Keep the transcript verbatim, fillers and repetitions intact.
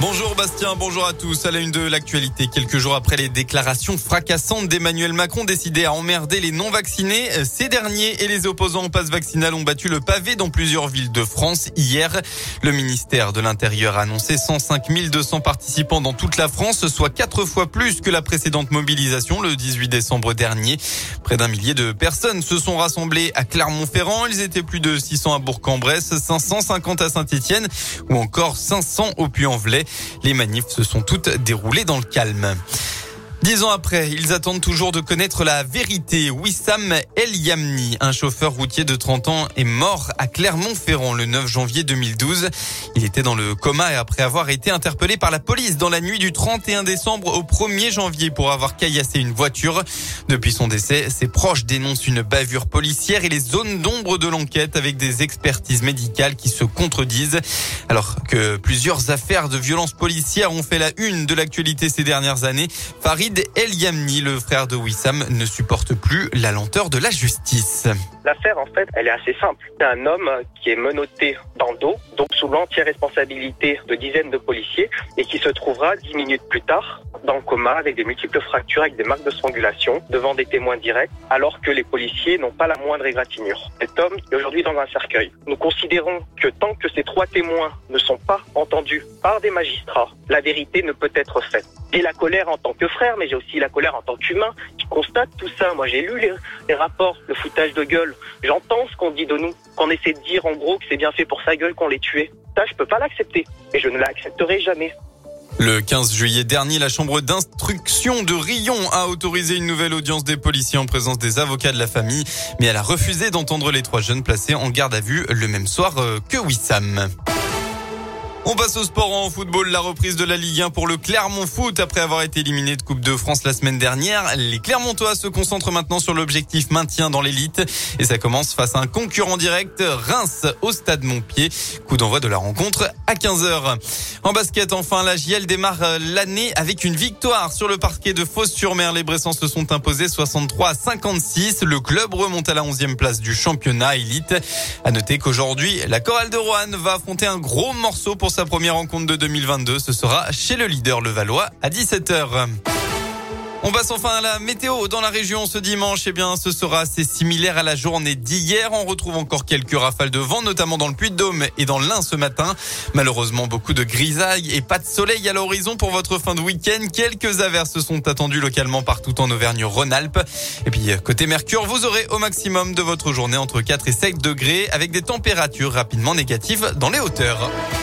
Bonjour Bastien, bonjour à tous. À la une de l'actualité, quelques jours après les déclarations fracassantes d'Emmanuel Macron décidé à emmerder les non-vaccinés, ces derniers et les opposants au pass vaccinal ont battu le pavé dans plusieurs villes de France hier. Le ministère de l'Intérieur a annoncé cent cinq mille deux cents participants dans toute la France, soit quatre fois plus que la précédente mobilisation le dix-huit décembre dernier. Près d'un millier de personnes se sont rassemblées à Clermont-Ferrand. Ils étaient plus de six cents à Bourg-en-Bresse, cinq cent cinquante à Saint-Étienne ou encore cinq cents au Puy-en-Velay. Les manifs se sont toutes déroulées dans le calme. Dix ans après, ils attendent toujours de connaître la vérité. Wissam El Yamni, un chauffeur routier de trente ans, est mort à Clermont-Ferrand le neuf janvier deux mille douze. Il était dans le coma après avoir été interpellé par la police dans la nuit du trente et un décembre au premier janvier pour avoir caillassé une voiture. Depuis son décès, ses proches dénoncent une bavure policière et les zones d'ombre de l'enquête avec des expertises médicales qui se contredisent. Alors que plusieurs affaires de violences policières ont fait la une de l'actualité ces dernières années, Farid El Yamni, le frère de Wissam, ne supporte plus la lenteur de la justice. L'affaire, en fait, elle est assez simple. C'est un homme qui est menotté dans le dos, donc sous l'entière responsabilité de dizaines de policiers, et qui se trouvera dix minutes plus tard dans le coma avec des multiples fractures, avec des marques de strangulation, devant des témoins directs, alors que les policiers n'ont pas la moindre égratignure. Cet homme est aujourd'hui dans un cercueil. Nous considérons que tant que ces trois témoins ne sont pas entendus par des magistrats, la vérité ne peut être faite. J'ai la colère en tant que frère, mais j'ai aussi la colère en tant qu'humain qui constate tout ça. Moi, j'ai lu les, les rapports, le foutage de gueule. J'entends ce qu'on dit de nous, qu'on essaie de dire en gros que c'est bien fait pour sa gueule qu'on l'ait tué. Ça, je peux pas l'accepter. Et je ne l'accepterai jamais. Le quinze juillet dernier, la chambre d'instruction de Riom a autorisé une nouvelle audience des policiers en présence des avocats de la famille. Mais elle a refusé d'entendre les trois jeunes placés en garde à vue le même soir que Wissam. On passe au sport en football, la reprise de la Ligue un pour le Clermont Foot après avoir été éliminé de Coupe de France la semaine dernière. Les Clermontois se concentrent maintenant sur l'objectif maintien dans l'élite et ça commence face à un concurrent direct, Reims au Stade Montpied. Coup d'envoi de la rencontre à quinze heures. En basket, enfin, la J L démarre l'année avec une victoire sur le parquet de Fos-sur-Mer. Les Bressans se sont imposés soixante-trois à cinquante-six. Le club remonte à la onzième place du championnat élite. À noter qu'aujourd'hui, la chorale de Roanne va affronter un gros morceau pour sa première rencontre de deux mille vingt-deux. Ce sera chez le leader levallois à dix-sept heures. On passe enfin à la météo dans la région ce dimanche. Eh bien, ce sera assez similaire à la journée d'hier. On retrouve encore quelques rafales de vent, notamment dans le Puy-de-Dôme et dans l'Ain ce matin. Malheureusement, beaucoup de grisailles et pas de soleil à l'horizon pour votre fin de week-end. Quelques averses sont attendues localement partout en Auvergne-Rhône-Alpes. Et puis, côté Mercure, vous aurez au maximum de votre journée entre quatre et sept degrés avec des températures rapidement négatives dans les hauteurs.